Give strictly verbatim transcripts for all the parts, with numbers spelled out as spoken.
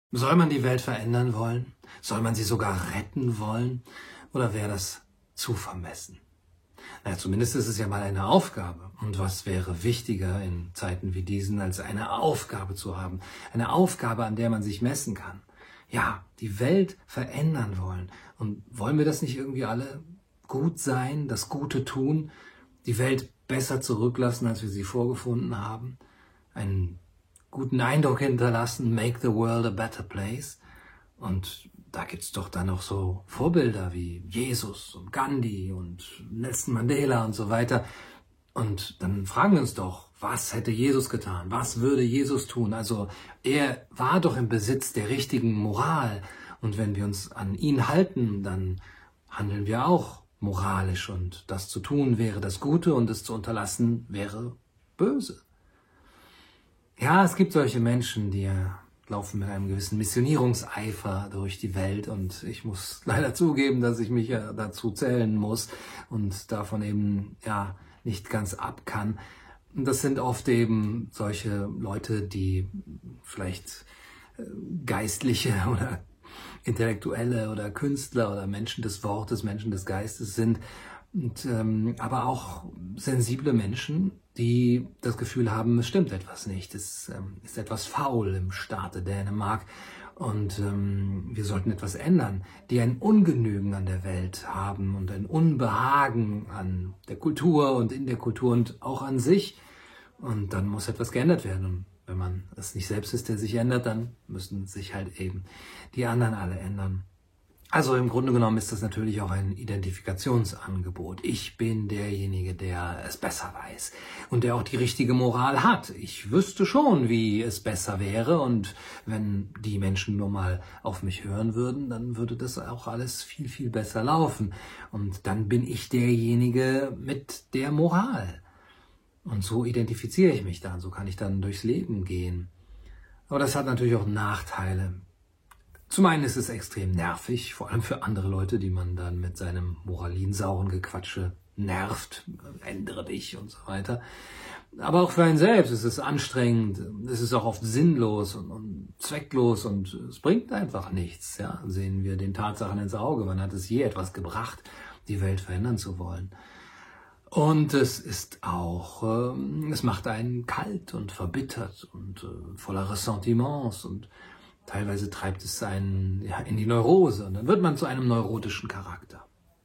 Soll man die Welt verändern wollen? Soll man sie sogar retten wollen? Oder wäre das zu vermessen? Na ja, zumindest ist es ja mal eine Aufgabe. Und was wäre wichtiger in Zeiten wie diesen, als eine Aufgabe zu haben? Eine Aufgabe, an der man sich messen kann. Ja, die Welt verändern wollen. Und wollen wir das nicht irgendwie alle gut sein, das Gute tun, die Welt besser zurücklassen, als wir sie vorgefunden haben? Einen guten Eindruck hinterlassen, make the world a better place. Und da gibt's doch dann noch so Vorbilder wie Jesus und Gandhi und Nelson Mandela und so weiter. Und dann fragen wir uns doch, was hätte Jesus getan? Was würde Jesus tun? Also er war doch im Besitz der richtigen Moral. Und wenn wir uns an ihn halten, dann handeln wir auch moralisch. Und das zu tun wäre das Gute und es zu unterlassen wäre böse. Ja, es gibt solche Menschen, die laufen mit einem gewissen Missionierungseifer durch die Welt und ich muss leider zugeben, dass ich mich ja dazu zählen muss und davon eben ja nicht ganz ab kann. Und das sind oft eben solche Leute, die vielleicht Geistliche oder Intellektuelle oder Künstler oder Menschen des Wortes, Menschen des Geistes sind, und, ähm, aber auch sensible Menschen, die das Gefühl haben, es stimmt etwas nicht, es ähm, ist etwas faul im Staate Dänemark und ähm, wir sollten etwas ändern, die ein Ungenügen an der Welt haben und ein Unbehagen an der Kultur und in der Kultur und auch an sich, und dann muss etwas geändert werden. Und wenn man es nicht selbst ist, der sich ändert, dann müssen sich halt eben die anderen alle ändern. Also im Grunde genommen ist das natürlich auch ein Identifikationsangebot. Ich bin derjenige, der es besser weiß und der auch die richtige Moral hat. Ich wüsste schon, wie es besser wäre, und wenn die Menschen nur mal auf mich hören würden, dann würde das auch alles viel, viel besser laufen. Und dann bin ich derjenige mit der Moral. Und so identifiziere ich mich dann, so kann ich dann durchs Leben gehen. Aber das hat natürlich auch Nachteile. Zum einen ist es extrem nervig, vor allem für andere Leute, die man dann mit seinem moralinsauren Gequatsche nervt, ändere dich und so weiter. Aber auch für einen selbst ist es anstrengend, es ist auch oft sinnlos und, und zwecklos und es bringt einfach nichts. Ja? Sehen wir den Tatsachen ins Auge, wann hat es je etwas gebracht, die Welt verändern zu wollen. Und es ist auch, äh, es macht einen kalt und verbittert und äh, voller Ressentiments, und teilweise treibt es einen ja, in die Neurose und dann wird man zu einem neurotischen Charakter.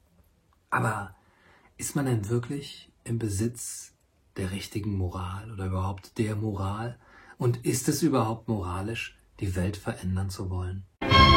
Aber ist man denn wirklich im Besitz der richtigen Moral oder überhaupt der Moral? Und ist es überhaupt moralisch, die Welt verändern zu wollen?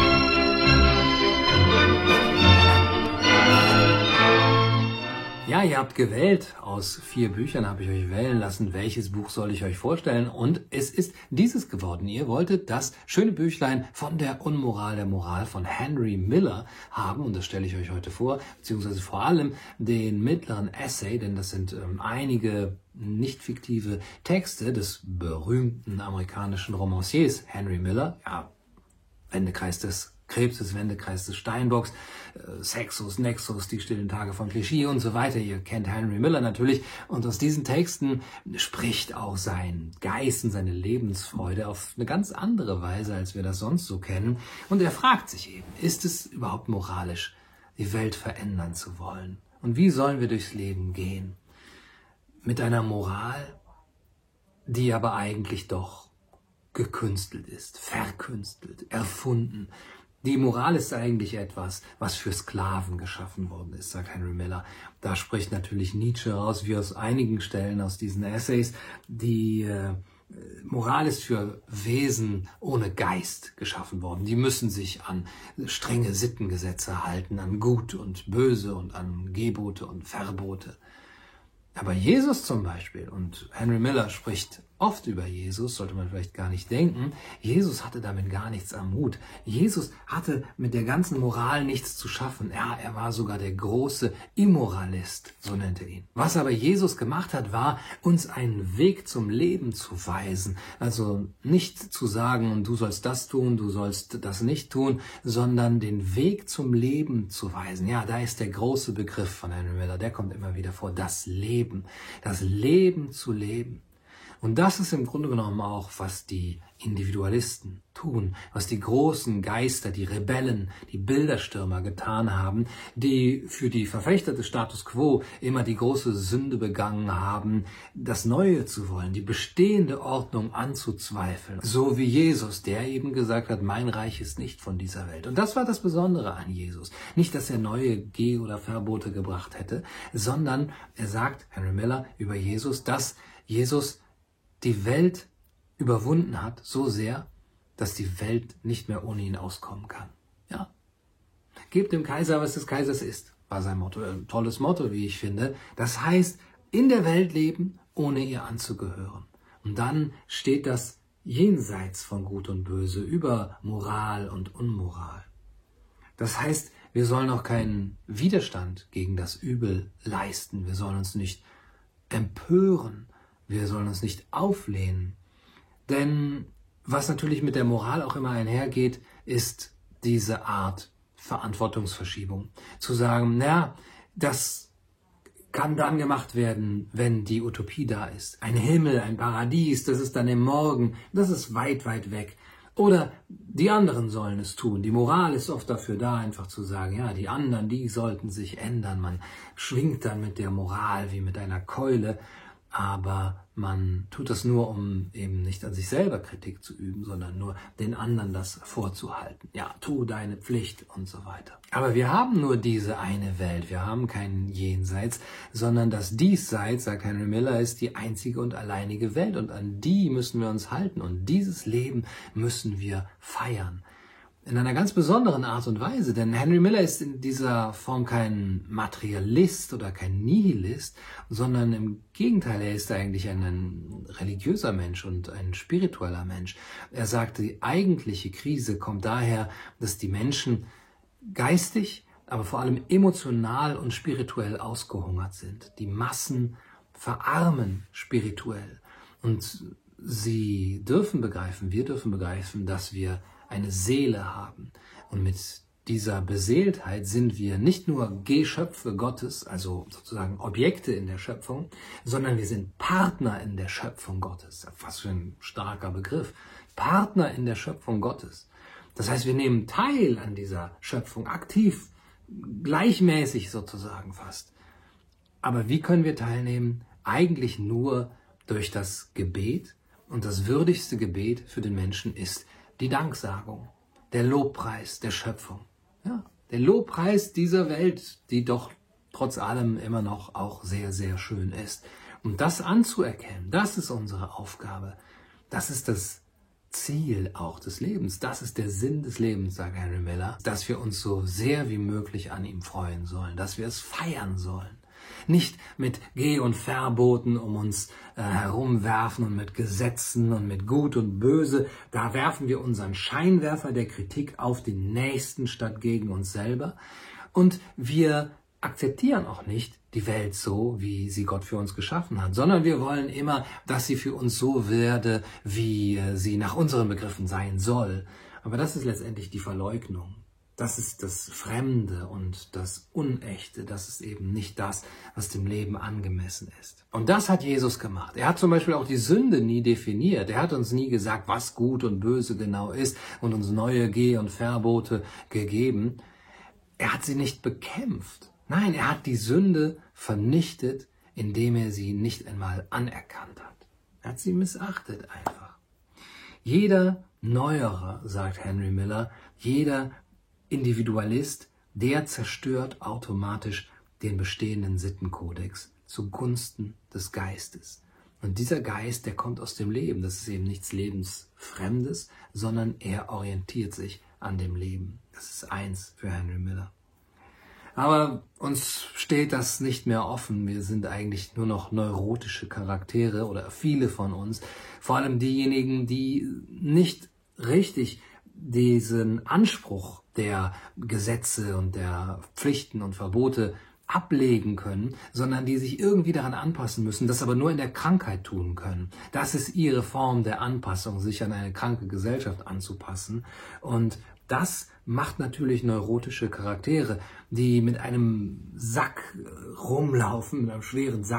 Ja, ihr habt gewählt. Aus vier Büchern habe ich euch wählen lassen, welches Buch soll ich euch vorstellen. Und es ist dieses geworden. Ihr wolltet das schöne Büchlein von der Unmoral der Moral von Henry Miller haben. Und das stelle ich euch heute vor, beziehungsweise vor allem den mittleren Essay, denn das sind ähm, einige nicht fiktive Texte des berühmten amerikanischen Romanciers Henry Miller. Ja, Wendekreis des Krebses, Wendekreis des Steinbocks, äh, Sexus, Nexus, die stillen Tage von Clichy und so weiter. Ihr kennt Henry Miller natürlich. Und aus diesen Texten spricht auch sein Geist und seine Lebensfreude auf eine ganz andere Weise, als wir das sonst so kennen. Und er fragt sich eben, ist es überhaupt moralisch, die Welt verändern zu wollen? Und wie sollen wir durchs Leben gehen? Mit einer Moral, die aber eigentlich doch gekünstelt ist, verkünstelt, erfunden. Die Moral ist eigentlich etwas, was für Sklaven geschaffen worden ist, sagt Henry Miller. Da spricht natürlich Nietzsche raus, wie aus einigen Stellen aus diesen Essays. Die äh, Moral ist für Wesen ohne Geist geschaffen worden. Die müssen sich an strenge Sittengesetze halten, an Gut und Böse und an Gebote und Verbote. Aber Jesus zum Beispiel, und Henry Miller spricht oft über Jesus, sollte man vielleicht gar nicht denken, Jesus hatte damit gar nichts am Hut. Jesus hatte mit der ganzen Moral nichts zu schaffen. Ja, er war sogar der große Immoralist, so nennt er ihn. Was aber Jesus gemacht hat, war, uns einen Weg zum Leben zu weisen. Also nicht zu sagen, du sollst das tun, du sollst das nicht tun, sondern den Weg zum Leben zu weisen. Ja, da ist der große Begriff von Henry Miller, der kommt immer wieder vor, das Leben. Das Leben zu leben. Und das ist im Grunde genommen auch, was die Individualisten tun, was die großen Geister, die Rebellen, die Bilderstürmer getan haben, die für die Verfechter des Status quo immer die große Sünde begangen haben, das Neue zu wollen, die bestehende Ordnung anzuzweifeln. So wie Jesus, der eben gesagt hat, mein Reich ist nicht von dieser Welt. Und das war das Besondere an Jesus. Nicht, dass er neue Geh- oder Verbote gebracht hätte, sondern er sagt, Henry Miller, über Jesus, dass Jesus die Welt überwunden hat, so sehr, dass die Welt nicht mehr ohne ihn auskommen kann. Ja. Gebt dem Kaiser, was des Kaisers ist, war sein Motto. Ein tolles Motto, wie ich finde. Das heißt, in der Welt leben, ohne ihr anzugehören. Und dann steht das jenseits von Gut und Böse, über Moral und Unmoral. Das heißt, wir sollen auch keinen Widerstand gegen das Übel leisten. Wir sollen uns nicht empören. Wir sollen uns nicht auflehnen. Denn was natürlich mit der Moral auch immer einhergeht, ist diese Art Verantwortungsverschiebung. Zu sagen, naja, das kann dann gemacht werden, wenn die Utopie da ist. Ein Himmel, ein Paradies, das ist dann im Morgen, das ist weit, weit weg. Oder die anderen sollen es tun. Die Moral ist oft dafür da, einfach zu sagen, ja, die anderen, die sollten sich ändern. Man schwingt dann mit der Moral wie mit einer Keule. Aber man tut das nur, um eben nicht an sich selber Kritik zu üben, sondern nur den anderen das vorzuhalten. Ja, tu deine Pflicht und so weiter. Aber wir haben nur diese eine Welt. Wir haben kein Jenseits, sondern das Diesseits, sagt Henry Miller, ist die einzige und alleinige Welt. Und an die müssen wir uns halten. Und dieses Leben müssen wir feiern. In einer ganz besonderen Art und Weise, denn Henry Miller ist in dieser Form kein Materialist oder kein Nihilist, sondern im Gegenteil, er ist eigentlich ein, ein religiöser Mensch und ein spiritueller Mensch. Er sagt, die eigentliche Krise kommt daher, dass die Menschen geistig, aber vor allem emotional und spirituell ausgehungert sind. Die Massen verarmen spirituell und sie dürfen begreifen, wir dürfen begreifen, dass wir eine Seele haben. Und mit dieser Beseeltheit sind wir nicht nur Geschöpfe Gottes, also sozusagen Objekte in der Schöpfung, sondern wir sind Partner in der Schöpfung Gottes. Was für ein starker Begriff. Partner in der Schöpfung Gottes. Das heißt, wir nehmen teil an dieser Schöpfung, aktiv, gleichmäßig sozusagen fast. Aber wie können wir teilnehmen? Eigentlich nur durch das Gebet. Und das würdigste Gebet für den Menschen ist die Danksagung, der Lobpreis der Schöpfung. Ja, der Lobpreis dieser Welt, die doch trotz allem immer noch auch sehr, sehr schön ist. Und das anzuerkennen, das ist unsere Aufgabe. Das ist das Ziel auch des Lebens. Das ist der Sinn des Lebens, sagt Henry Miller, dass wir uns so sehr wie möglich an ihm freuen sollen, dass wir es feiern sollen. Nicht mit Geh- und Verboten um uns äh, herumwerfen und mit Gesetzen und mit Gut und Böse. Da werfen wir unseren Scheinwerfer der Kritik auf den Nächsten statt gegen uns selber. Und wir akzeptieren auch nicht die Welt so, wie sie Gott für uns geschaffen hat, sondern wir wollen immer, dass sie für uns so werde, wie sie nach unseren Begriffen sein soll. Aber das ist letztendlich die Verleugnung. Das ist das Fremde und das Unechte. Das ist eben nicht das, was dem Leben angemessen ist. Und das hat Jesus gemacht. Er hat zum Beispiel auch die Sünde nie definiert. Er hat uns nie gesagt, was gut und böse genau ist und uns neue Geh- und Verbote gegeben. Er hat sie nicht bekämpft. Nein, er hat die Sünde vernichtet, indem er sie nicht einmal anerkannt hat. Er hat sie missachtet einfach. Jeder Neuerer, sagt Henry Miller, jeder Individualist, der zerstört automatisch den bestehenden Sittenkodex zugunsten des Geistes. Und dieser Geist, der kommt aus dem Leben. Das ist eben nichts Lebensfremdes, sondern er orientiert sich an dem Leben. Das ist eins für Henry Miller. Aber uns steht das nicht mehr offen. Wir sind eigentlich nur noch neurotische Charaktere oder viele von uns. Vor allem diejenigen, die nicht richtig diesen Anspruch der Gesetze und der Pflichten und Verbote ablegen können, sondern die sich irgendwie daran anpassen müssen, das aber nur in der Krankheit tun können. Das ist ihre Form der Anpassung, sich an eine kranke Gesellschaft anzupassen. Und das macht natürlich neurotische Charaktere, die mit einem Sack rumlaufen, mit einem schweren Sack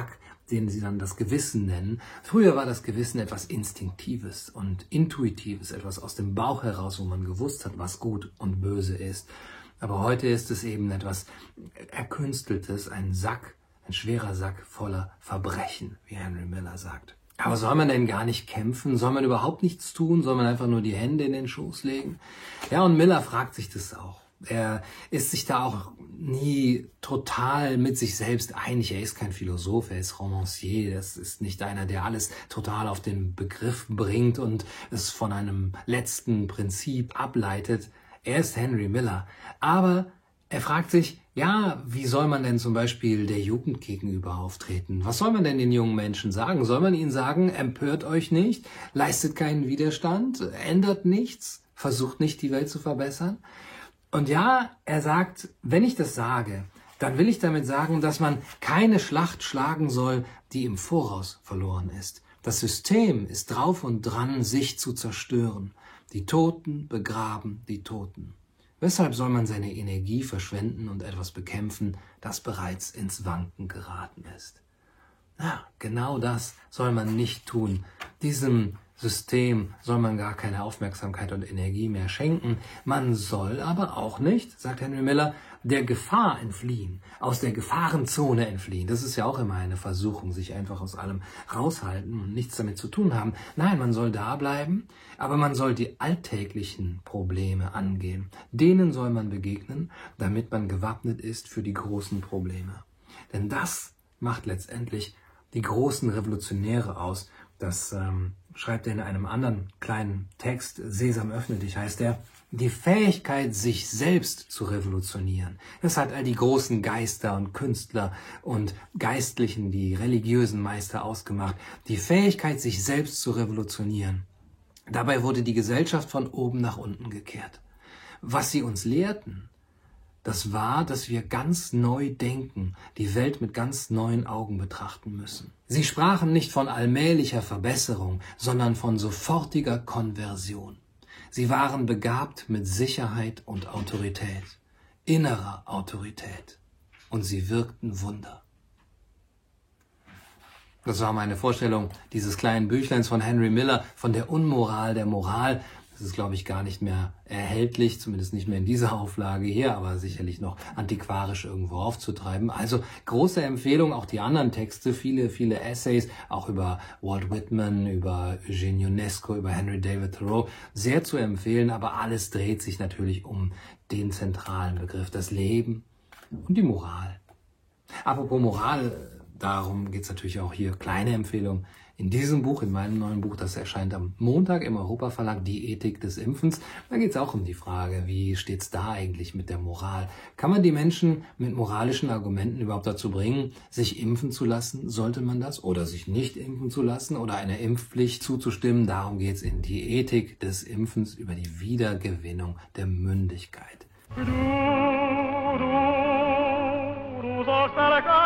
den sie dann das Gewissen nennen. Früher war das Gewissen etwas Instinktives und Intuitives, etwas aus dem Bauch heraus, wo man gewusst hat, was gut und böse ist. Aber heute ist es eben etwas Erkünsteltes, ein Sack, ein schwerer Sack voller Verbrechen, wie Henry Miller sagt. Aber soll man denn gar nicht kämpfen? Soll man überhaupt nichts tun? Soll man einfach nur die Hände in den Schoß legen? Ja, und Miller fragt sich das auch. Er ist sich da auch nie total mit sich selbst einig. Er ist kein Philosoph, er ist Romancier. Das ist nicht einer, der alles total auf den Begriff bringt und es von einem letzten Prinzip ableitet. Er ist Henry Miller. Aber er fragt sich, ja, wie soll man denn zum Beispiel der Jugend gegenüber auftreten? Was soll man denn den jungen Menschen sagen? Soll man ihnen sagen, empört euch nicht, leistet keinen Widerstand, ändert nichts, versucht nicht, die Welt zu verbessern? Und ja, er sagt, wenn ich das sage, dann will ich damit sagen, dass man keine Schlacht schlagen soll, die im Voraus verloren ist. Das System ist drauf und dran, sich zu zerstören. Die Toten begraben die Toten. Weshalb soll man seine Energie verschwenden und etwas bekämpfen, das bereits ins Wanken geraten ist? Ja, genau das soll man nicht tun. Diesem System soll man gar keine Aufmerksamkeit und Energie mehr schenken. Man soll aber auch nicht, sagt Henry Miller, der Gefahr entfliehen, aus der Gefahrenzone entfliehen. Das ist ja auch immer eine Versuchung, sich einfach aus allem raushalten und nichts damit zu tun haben. Nein, man soll da bleiben, aber man soll die alltäglichen Probleme angehen. Denen soll man begegnen, damit man gewappnet ist für die großen Probleme. Denn das macht letztendlich die großen Revolutionäre aus. Das ähm, schreibt er in einem anderen kleinen Text, Sesam, öffne dich, heißt er. Die Fähigkeit, sich selbst zu revolutionieren. Das hat all die großen Geister und Künstler und Geistlichen, die religiösen Meister ausgemacht. Die Fähigkeit, sich selbst zu revolutionieren. Dabei wurde die Gesellschaft von oben nach unten gekehrt. Was sie uns lehrten, das war, dass wir ganz neu denken, die Welt mit ganz neuen Augen betrachten müssen. Sie sprachen nicht von allmählicher Verbesserung, sondern von sofortiger Konversion. Sie waren begabt mit Sicherheit und Autorität, innerer Autorität, und sie wirkten Wunder. Das war meine Vorstellung dieses kleinen Büchleins von Henry Miller, von der Unmoral der Moral. Das ist, glaube ich, gar nicht mehr erhältlich, zumindest nicht mehr in dieser Auflage hier, aber sicherlich noch antiquarisch irgendwo aufzutreiben. Also große Empfehlung, auch die anderen Texte, viele, viele Essays, auch über Walt Whitman, über Eugene Ionesco, über Henry David Thoreau, sehr zu empfehlen, aber alles dreht sich natürlich um den zentralen Begriff, das Leben und die Moral. Apropos Moral, darum geht es natürlich auch hier, kleine Empfehlung. In diesem Buch, in meinem neuen Buch, das erscheint am Montag im Europa-Verlag, Die Ethik des Impfens, da geht es auch um die Frage, wie steht es da eigentlich mit der Moral? Kann man die Menschen mit moralischen Argumenten überhaupt dazu bringen, sich impfen zu lassen? Sollte man das? Oder sich nicht impfen zu lassen? Oder einer Impfpflicht zuzustimmen? Darum geht es in Die Ethik des Impfens über die Wiedergewinnung der Mündigkeit. Du, du, du sollst